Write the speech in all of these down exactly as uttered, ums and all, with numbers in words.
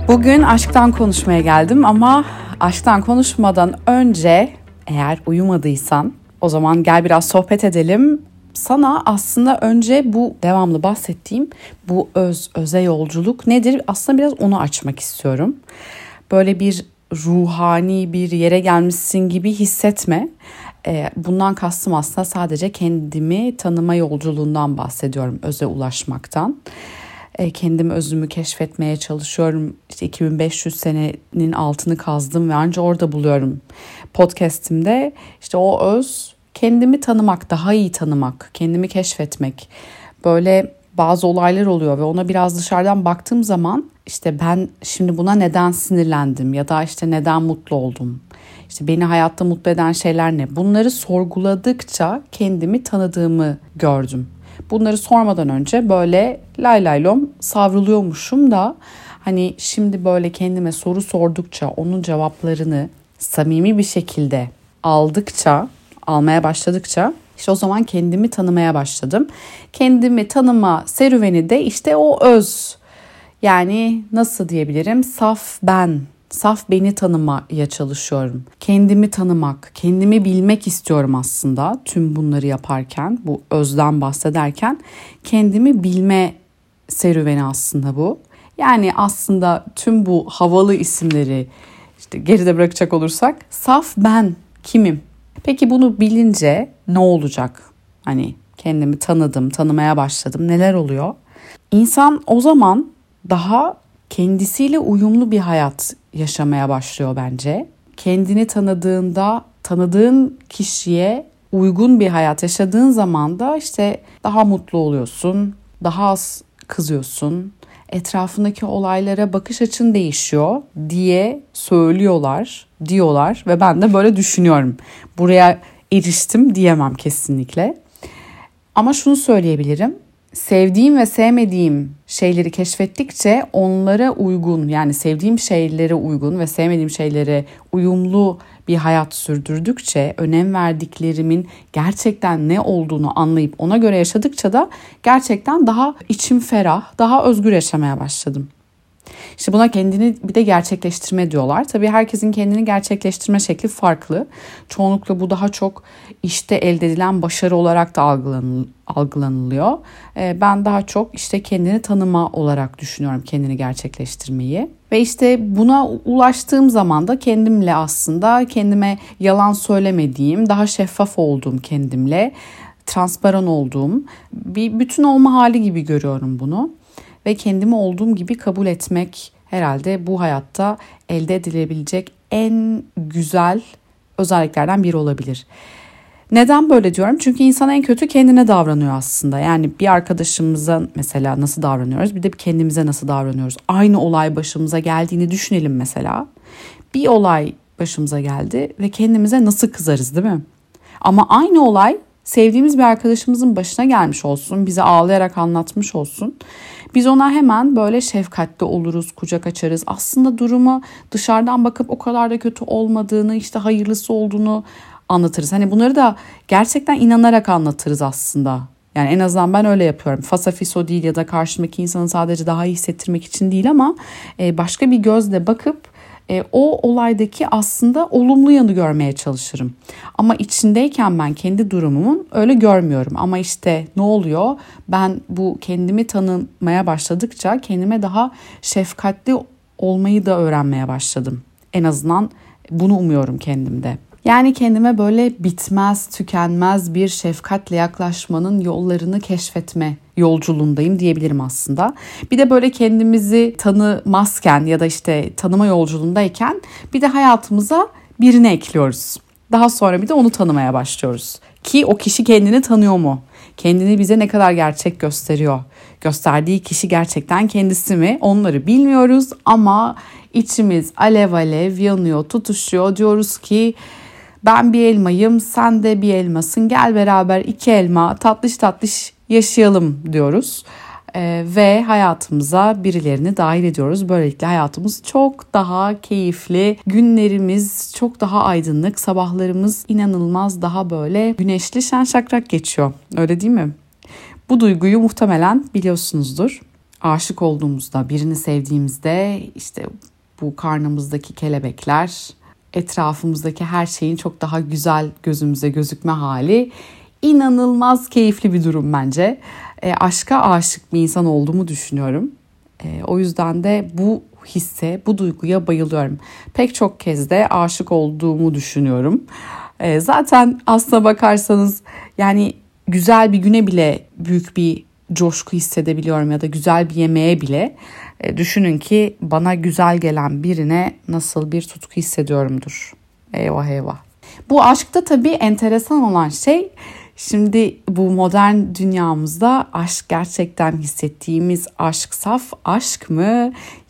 Bugün aşktan konuşmaya geldim ama aşktan konuşmadan önce eğer uyumadıysan o zaman gel biraz sohbet edelim. Sana aslında önce bu devamlı bahsettiğim bu öz, öze yolculuk nedir? Aslında biraz onu açmak istiyorum. Böyle bir ruhani bir yere gelmişsin gibi hissetme. Bundan kastım aslında sadece kendimi tanıma yolculuğundan bahsediyorum, öze ulaşmaktan. Kendimi, özümü keşfetmeye çalışıyorum. İşte iki bin beş yüz senenin altını kazdım ve anca orada buluyorum. Podcast'imde işte o öz, kendimi tanımak, daha iyi tanımak, kendimi keşfetmek. Böyle bazı olaylar oluyor ve ona biraz dışarıdan baktığım zaman işte ben şimdi buna neden sinirlendim ya da işte neden mutlu oldum? İşte beni hayatta mutlu eden şeyler ne? Bunları sorguladıkça kendimi tanıdığımı gördüm. Bunları sormadan önce böyle lay lay lom savruluyormuşum da hani şimdi böyle kendime soru sordukça onun cevaplarını samimi bir şekilde aldıkça, almaya başladıkça işte o zaman kendimi tanımaya başladım. Kendimi tanıma serüveni de işte o öz, yani nasıl diyebilirim, saf ben. Saf beni tanımaya çalışıyorum. Kendimi tanımak, kendimi bilmek istiyorum aslında tüm bunları yaparken, bu özden bahsederken kendimi bilme serüveni aslında bu. Yani aslında tüm bu havalı isimleri işte geride bırakacak olursak saf ben kimim? Peki bunu bilince ne olacak? Hani kendimi tanıdım, tanımaya başladım. Neler oluyor? İnsan o zaman daha kendisiyle uyumlu bir hayat yaşamaya başlıyor bence. Kendini tanıdığında, tanıdığın kişiye uygun bir hayat yaşadığın zaman da işte daha mutlu oluyorsun, daha az kızıyorsun, etrafındaki olaylara bakış açın değişiyor diye söylüyorlar, diyorlar ve ben de böyle düşünüyorum. Buraya eriştim diyemem kesinlikle. Ama şunu söyleyebilirim. Sevdiğim ve sevmediğim şeyleri keşfettikçe onlara uygun, yani sevdiğim şeylere uygun ve sevmediğim şeylere uyumlu bir hayat sürdürdükçe, önem verdiklerimin gerçekten ne olduğunu anlayıp ona göre yaşadıkça da gerçekten daha içim ferah, daha özgür yaşamaya başladım. İşte buna kendini bir de gerçekleştirme diyorlar. Tabii herkesin kendini gerçekleştirme şekli farklı. Çoğunlukla bu daha çok işte elde edilen başarı olarak da algılanılıyor. Ben daha çok işte kendini tanıma olarak düşünüyorum kendini gerçekleştirmeyi. Ve işte buna ulaştığım zaman da kendimle aslında kendime yalan söylemediğim, daha şeffaf olduğum kendimle, transparan olduğum bir bütün olma hali gibi görüyorum bunu. Ve kendimi olduğum gibi kabul etmek herhalde bu hayatta elde edilebilecek en güzel özelliklerden biri olabilir. Neden böyle diyorum? Çünkü insan en kötü kendine davranıyor aslında. Yani bir arkadaşımıza mesela nasıl davranıyoruz, bir de kendimize nasıl davranıyoruz. Aynı olay başımıza geldiğini düşünelim mesela. Bir olay başımıza geldi ve kendimize nasıl kızarız, değil mi? Ama aynı olay sevdiğimiz bir arkadaşımızın başına gelmiş olsun, bize ağlayarak anlatmış olsun. Biz ona hemen böyle şefkatli oluruz, kucak açarız. Aslında durumu dışarıdan bakıp o kadar da kötü olmadığını, işte hayırlısı olduğunu anlatırız. Hani bunları da gerçekten inanarak anlatırız aslında. Yani en azından ben öyle yapıyorum. Fasafiso değil ya da karşımdaki insanı sadece daha iyi hissettirmek için değil ama başka bir gözle bakıp E, o olaydaki aslında olumlu yanı görmeye çalışırım. Ama içindeyken ben kendi durumumun öyle görmüyorum. Ama işte ne oluyor? Ben bu kendimi tanımaya başladıkça kendime daha şefkatli olmayı da öğrenmeye başladım. En azından bunu umuyorum kendimde. Yani kendime böyle bitmez, tükenmez bir şefkatle yaklaşmanın yollarını keşfetme yolculuğundayım diyebilirim aslında. Bir de böyle kendimizi tanımazken ya da işte tanıma yolculuğundayken bir de hayatımıza birini ekliyoruz. Daha sonra bir de onu tanımaya başlıyoruz. Ki o kişi kendini tanıyor mu? Kendini bize ne kadar gerçek gösteriyor? Gösterdiği kişi gerçekten kendisi mi? Onları bilmiyoruz ama içimiz alev alev yanıyor, tutuşuyor. Diyoruz ki ben bir elmayım, sen de bir elmasın. Gel beraber iki elma tatlış tatlış yaşayalım diyoruz. Ee, ve hayatımıza birilerini dahil ediyoruz. Böylelikle hayatımız çok daha keyifli, günlerimiz çok daha aydınlık, sabahlarımız inanılmaz daha böyle güneşli, şen şakrak geçiyor. Öyle değil mi? Bu duyguyu muhtemelen biliyorsunuzdur. aşık olduğumuzda, birini sevdiğimizde işte bu karnımızdaki kelebekler, etrafımızdaki her şeyin çok daha güzel gözümüze gözükme hali inanılmaz keyifli bir durum bence. E, aşka aşık bir insan olduğumu düşünüyorum. E, o yüzden de bu hisse, bu duyguya bayılıyorum. Pek çok kez de aşık olduğumu düşünüyorum. E, zaten aslına bakarsanız yani güzel bir güne bile büyük bir coşku hissedebiliyorum ya da güzel bir yemeğe bile. E, düşünün ki bana güzel gelen birine nasıl bir tutku hissediyorumdur. Eyvah eyvah. Bu aşkta tabii enteresan olan şey, şimdi bu modern dünyamızda aşk gerçekten hissettiğimiz aşk saf aşk mı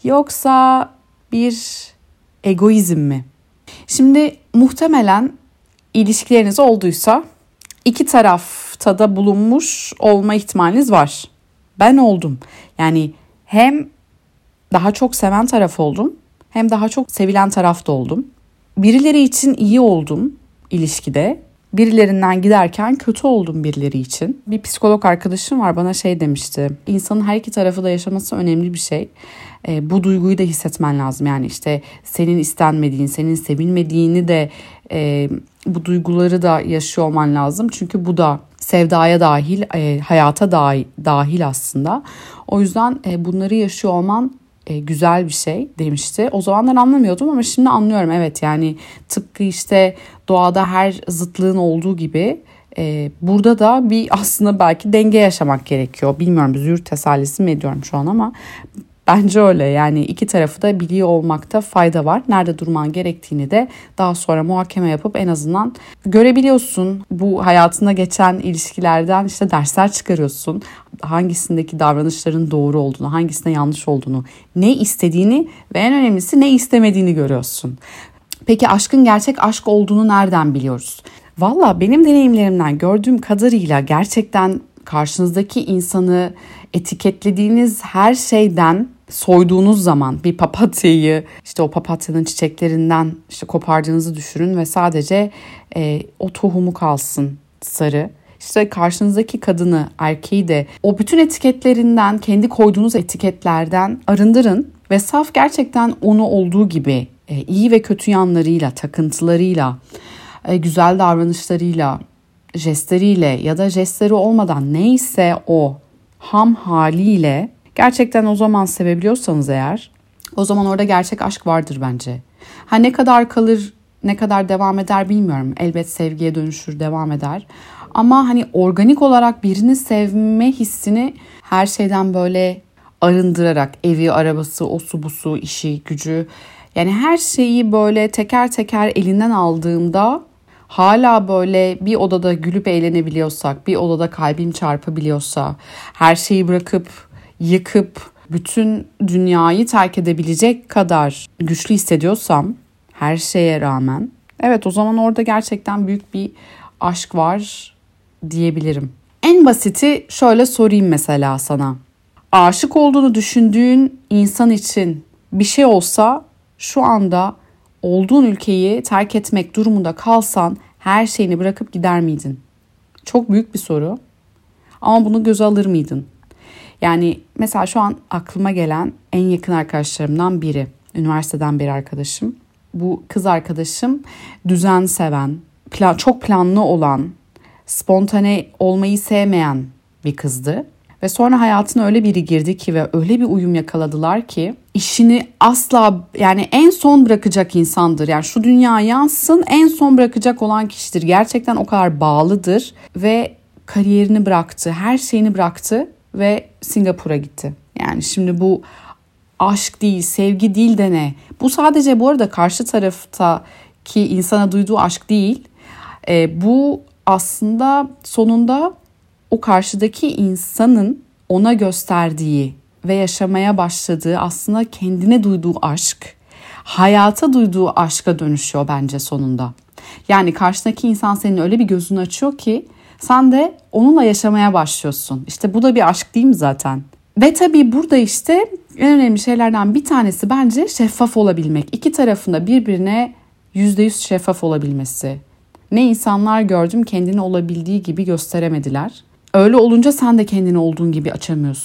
yoksa bir egoizm mi? Şimdi muhtemelen ilişkileriniz olduysa iki tarafta da bulunmuş olma ihtimaliniz var. Ben oldum. Yani hem daha çok seven taraf oldum hem daha çok sevilen taraf da oldum. Birileri için iyi oldum ilişkide. Birilerinden giderken kötü oldum birileri için. Bir psikolog arkadaşım var, bana şey demişti. İnsanın her iki tarafı da yaşaması önemli bir şey. E, bu duyguyu da hissetmen lazım. Yani işte senin istenmediğin, senin sevilmediğini de e, bu duyguları da yaşıyor olman lazım. Çünkü bu da sevdaya dahil, e, hayata dahil, dahil aslında. O yüzden e, bunları yaşıyor olman e, güzel bir şey demişti. O zamanlar anlamıyordum ama şimdi anlıyorum. Evet, yani tıpkı işte doğada her zıtlığın olduğu gibi e, burada da bir aslında belki denge yaşamak gerekiyor. Bilmiyorum, züğürt tesellisi mi ediyorum şu an ama bence öyle. Yani iki tarafı da biliyor olmakta fayda var. Nerede durman gerektiğini de daha sonra muhakeme yapıp en azından görebiliyorsun. Bu hayatında geçen ilişkilerden işte dersler çıkarıyorsun. Hangisindeki davranışların doğru olduğunu, hangisinde yanlış olduğunu, ne istediğini ve en önemlisi ne istemediğini görüyorsun. Peki aşkın gerçek aşk olduğunu nereden biliyoruz? Valla benim deneyimlerimden gördüğüm kadarıyla gerçekten karşınızdaki insanı etiketlediğiniz her şeyden soyduğunuz zaman, bir papatyayı işte o papatyanın çiçeklerinden işte kopardığınızı düşünün ve sadece e, o tohumu kalsın sarı. İşte karşınızdaki kadını, erkeği de o bütün etiketlerinden, kendi koyduğunuz etiketlerden arındırın ve saf gerçekten onu olduğu gibi e, iyi ve kötü yanlarıyla, takıntılarıyla, e, güzel davranışlarıyla, jestleriyle ya da jestleri olmadan neyse o ham haliyle gerçekten o zaman sevebiliyorsanız eğer, o zaman orada gerçek aşk vardır bence. Ha ne kadar kalır, ne kadar devam eder bilmiyorum. Elbet sevgiye dönüşür, devam eder. Ama hani organik olarak birini sevme hissini her şeyden böyle arındırarak, evi, arabası, osu busu, işi, gücü, yani her şeyi böyle teker teker elinden aldığımda hala böyle bir odada gülüp eğlenebiliyorsak, bir odada kalbim çarpabiliyorsa, her şeyi bırakıp, yıkıp, bütün dünyayı terk edebilecek kadar güçlü hissediyorsam her şeye rağmen, evet o zaman orada gerçekten büyük bir aşk var diyebilirim. En basiti şöyle sorayım mesela sana. Aşık olduğunu düşündüğün insan için bir şey olsa şu anda olduğun ülkeyi terk etmek durumunda kalsan her şeyini bırakıp gider miydin? Çok büyük bir soru. Ama bunu göze alır mıydın? Yani mesela şu an aklıma gelen en yakın arkadaşlarımdan biri. Üniversiteden bir arkadaşım. Bu kız arkadaşım düzen seven, plan, çok planlı olan, spontane olmayı sevmeyen bir kızdı. Ve sonra hayatına öyle biri girdi ki ve öyle bir uyum yakaladılar ki işini asla, yani en son bırakacak insandır. Yani şu dünya yansın, en son bırakacak olan kişidir. Gerçekten o kadar bağlıdır ve kariyerini bıraktı, her şeyini bıraktı ve Singapur'a gitti. Yani şimdi bu aşk değil, sevgi değil de ne? Bu sadece bu arada karşı taraftaki insana duyduğu aşk değil. E, bu aslında sonunda o karşıdaki insanın ona gösterdiği ve yaşamaya başladığı aslında kendine duyduğu aşk, hayata duyduğu aşka dönüşüyor bence sonunda. Yani karşıdaki insan senin öyle bir gözünü açıyor ki sen de onunla yaşamaya başlıyorsun. İşte bu da bir aşk değil mi zaten? Ve tabii burada işte en önemli şeylerden bir tanesi bence şeffaf olabilmek. İki tarafında birbirine yüzde yüz şeffaf olabilmesi. Ne insanlar gördüm kendini olabildiği gibi gösteremediler. Öyle olunca sen de kendini olduğun gibi açamıyorsun.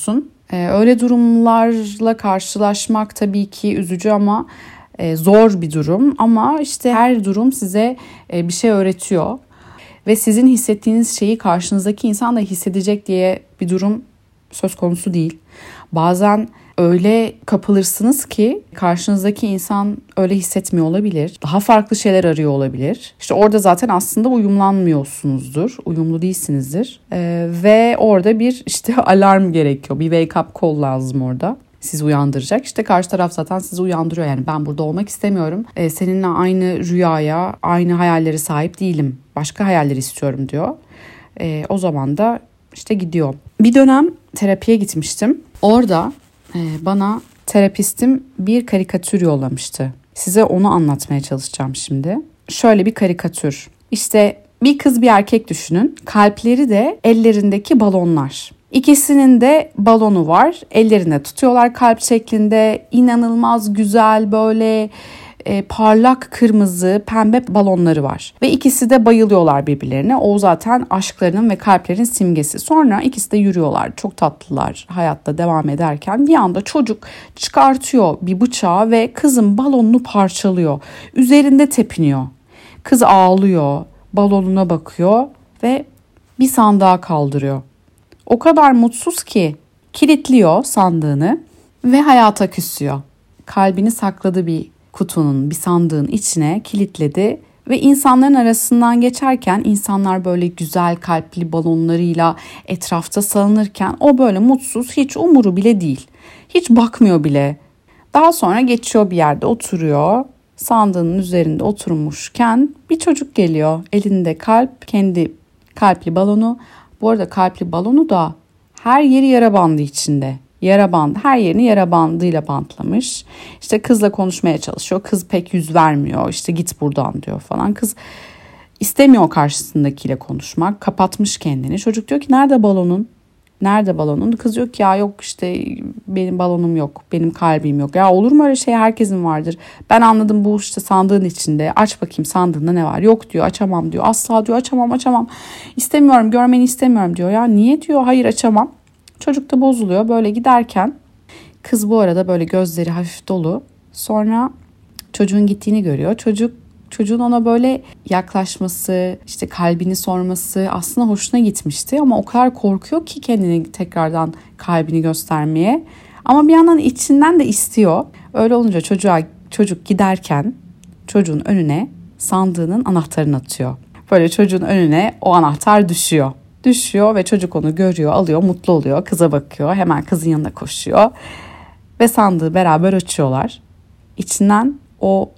Ee, öyle durumlarla karşılaşmak tabii ki üzücü ama e, zor bir durum. Ama işte her durum size e, bir şey öğretiyor. Ve sizin hissettiğiniz şeyi karşınızdaki insan da hissedecek diye bir durum söz konusu değil. Bazen öyle kapılırsınız ki karşınızdaki insan öyle hissetmiyor olabilir. Daha farklı şeyler arıyor olabilir. İşte orada zaten aslında uyumlanmıyorsunuzdur. Uyumlu değilsinizdir. Ee, ve orada bir işte alarm gerekiyor. Bir wake up call lazım orada. Sizi uyandıracak. İşte karşı taraf zaten sizi uyandırıyor. Yani ben burada olmak istemiyorum. Ee, seninle aynı rüyaya, aynı hayalleri sahip değilim. Başka hayaller istiyorum diyor. Ee, o zaman da işte gidiyor. Bir dönem terapiye gitmiştim. Orada e, bana terapistim bir karikatür yollamıştı. Size onu anlatmaya çalışacağım şimdi. Şöyle bir karikatür. İşte bir kız bir erkek düşünün. Kalpleri de ellerindeki balonlar. İkisinin de balonu var. Ellerinde tutuyorlar kalp şeklinde. İnanılmaz güzel böyle e, parlak kırmızı pembe balonları var. Ve ikisi de bayılıyorlar birbirlerine. O zaten aşklarının ve kalplerin simgesi. Sonra ikisi de yürüyorlar. Çok tatlılar hayatta devam ederken bir anda çocuk çıkartıyor bir bıçağı ve kızın balonunu parçalıyor. Üzerinde tepiniyor. Kız ağlıyor. Balonuna bakıyor ve bir sandığa kaldırıyor. O kadar mutsuz ki kilitliyor sandığını ve hayata küsüyor. Kalbini sakladığı bir kutunun, bir sandığın içine kilitledi ve insanların arasından geçerken insanlar böyle güzel kalpli balonlarıyla etrafta salınırken o böyle mutsuz, hiç umuru bile değil. Hiç bakmıyor bile. Daha sonra geçiyor bir yerde oturuyor. Sandığının üzerinde oturmuşken bir çocuk geliyor. Elinde kalp, kendi kalpli balonu. Bu arada kalpli balonu da her yeri yara bandı içinde. Yara bandı, her yerini yara bandıyla bantlamış. İşte kızla konuşmaya çalışıyor. Kız pek yüz vermiyor. İşte git buradan diyor falan. Kız istemiyor karşısındakiyle konuşmak. Kapatmış kendini. Çocuk diyor ki nerede balonun? Nerede balonun? Kız diyor ki ya yok işte benim balonum yok. Benim kalbim yok. Ya olur mu öyle şey, herkesin vardır. Ben anladım bu işte sandığın içinde. Aç bakayım sandığında ne var? Yok diyor, açamam diyor. Asla diyor, açamam açamam. İstemiyorum, görmeni istemiyorum diyor. Ya niye diyor, hayır açamam. Çocuk da bozuluyor. Böyle giderken kız bu arada böyle gözleri hafif dolu. Sonra çocuğun gittiğini görüyor. Çocuk Çocuğun ona böyle yaklaşması, işte kalbini sorması aslında hoşuna gitmişti. Ama o kadar korkuyor ki kendini tekrardan kalbini göstermeye. Ama bir yandan içinden de istiyor. Öyle olunca çocuğa, çocuk giderken çocuğun önüne sandığının anahtarını atıyor. Böyle çocuğun önüne o anahtar düşüyor. Düşüyor ve çocuk onu görüyor, alıyor, mutlu oluyor. Kıza bakıyor, hemen kızın yanına koşuyor. Ve sandığı beraber açıyorlar. İçinden o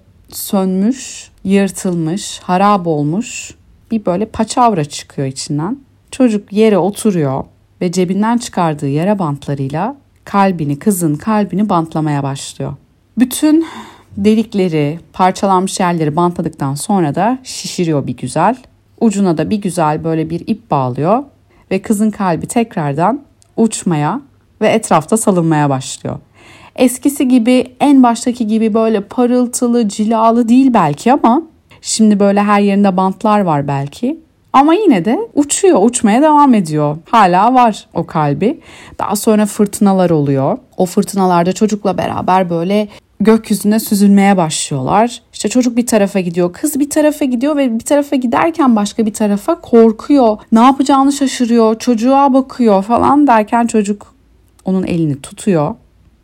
sönmüş, yırtılmış, harap olmuş bir böyle paçavra çıkıyor içinden. Çocuk yere oturuyor ve cebinden çıkardığı yara bantlarıyla kalbini, kızın kalbini bantlamaya başlıyor. Bütün delikleri, parçalanmış yerleri bantladıktan sonra da şişiriyor bir güzel. Ucuna da bir güzel böyle bir ip bağlıyor ve kızın kalbi tekrardan uçmaya ve etrafta salınmaya başlıyor. Eskisi gibi, en baştaki gibi böyle parıltılı, cilalı değil belki ama şimdi böyle her yerinde bantlar var belki. Ama yine de uçuyor, uçmaya devam ediyor. Hala var o kalbi. Daha sonra fırtınalar oluyor. O fırtınalarda çocukla beraber böyle gökyüzüne süzülmeye başlıyorlar. İşte çocuk bir tarafa gidiyor, kız bir tarafa gidiyor ve bir tarafa giderken başka bir tarafa korkuyor. Ne yapacağını şaşırıyor, çocuğa bakıyor falan derken çocuk onun elini tutuyor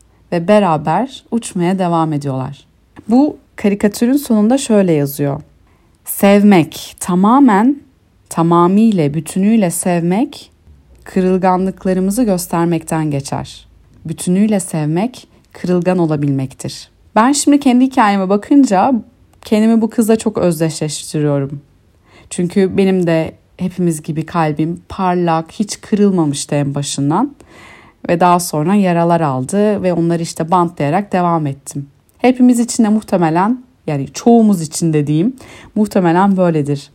ve beraber uçmaya devam ediyorlar. Bu karikatürün sonunda şöyle yazıyor. Sevmek, tamamen, tamamıyla, bütünüyle sevmek, kırılganlıklarımızı göstermekten geçer. Bütünüyle sevmek, kırılgan olabilmektir. Ben şimdi kendi hikayeme bakınca kendimi bu kızla çok özdeşleştiriyorum. Çünkü benim de hepimiz gibi kalbim parlak, hiç kırılmamıştı en başından. Ve daha sonra yaralar aldı ve onları işte bantlayarak devam ettim. Hepimiz için de muhtemelen, yani çoğumuz için de diyeyim, muhtemelen böyledir.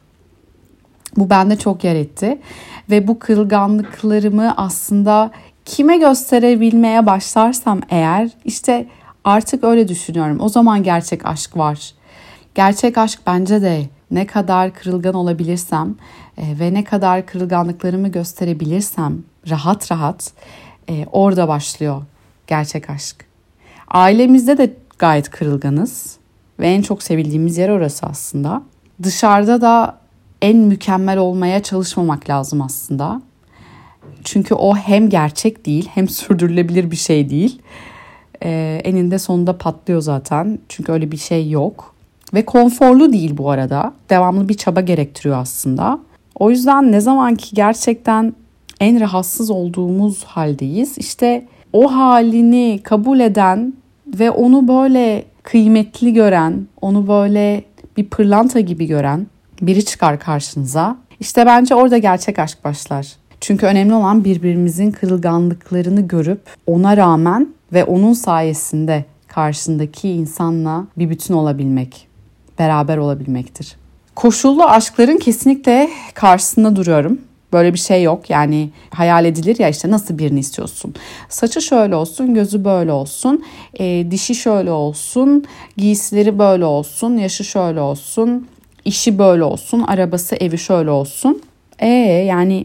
Bu bende çok yer etti. Ve bu kırılganlıklarımı aslında kime gösterebilmeye başlarsam eğer, işte artık öyle düşünüyorum. O zaman gerçek aşk var. Gerçek aşk bence de ne kadar kırılgan olabilirsem e, ve ne kadar kırılganlıklarımı gösterebilirsem rahat rahat Ee, orada başlıyor gerçek aşk. Ailemizde de gayet kırılganız ve en çok sevildiğimiz yer orası aslında. Dışarıda da en mükemmel olmaya çalışmamak lazım aslında. Çünkü o hem gerçek değil hem sürdürülebilir bir şey değil. Ee, eninde sonunda patlıyor zaten. Çünkü öyle bir şey yok. Ve konforlu değil bu arada. Devamlı bir çaba gerektiriyor aslında. O yüzden ne zaman ki gerçekten en rahatsız olduğumuz haldeyiz, İşte o halini kabul eden ve onu böyle kıymetli gören, onu böyle bir pırlanta gibi gören biri çıkar karşınıza. İşte bence orada gerçek aşk başlar. Çünkü önemli olan birbirimizin kırılganlıklarını görüp ona rağmen ve onun sayesinde karşındaki insanla bir bütün olabilmek, beraber olabilmektir. Koşullu aşkların kesinlikle karşısında duruyorum. Böyle bir şey yok. Yani hayal edilir ya, işte nasıl birini istiyorsun? Saçı şöyle olsun, gözü böyle olsun, e, dişi şöyle olsun, giysileri böyle olsun, yaşı şöyle olsun, işi böyle olsun, arabası, evi şöyle olsun. E yani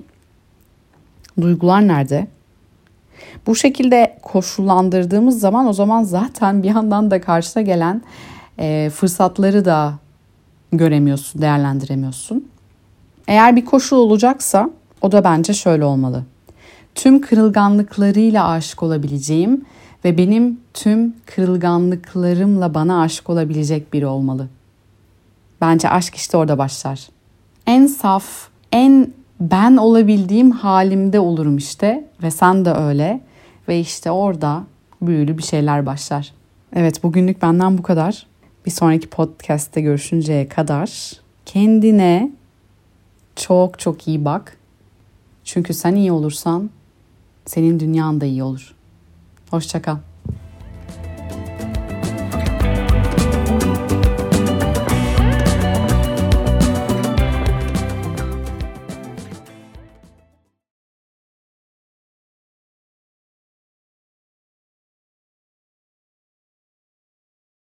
duygular nerede? Bu şekilde koşullandırdığımız zaman o zaman zaten bir yandan da karşına gelen e, fırsatları da göremiyorsun, değerlendiremiyorsun. Eğer bir koşul olacaksa o da bence şöyle olmalı. Tüm kırılganlıklarıyla aşık olabileceğim ve benim tüm kırılganlıklarımla bana aşık olabilecek biri olmalı. Bence aşk işte orada başlar. En saf, en ben olabildiğim halimde olurum işte ve sen de öyle ve işte orada büyülü bir şeyler başlar. Evet, bugünlük benden bu kadar. Bir sonraki podcast'te görüşünceye kadar kendine çok çok iyi bak. Çünkü sen iyi olursan senin dünyan da iyi olur. Hoşça kal.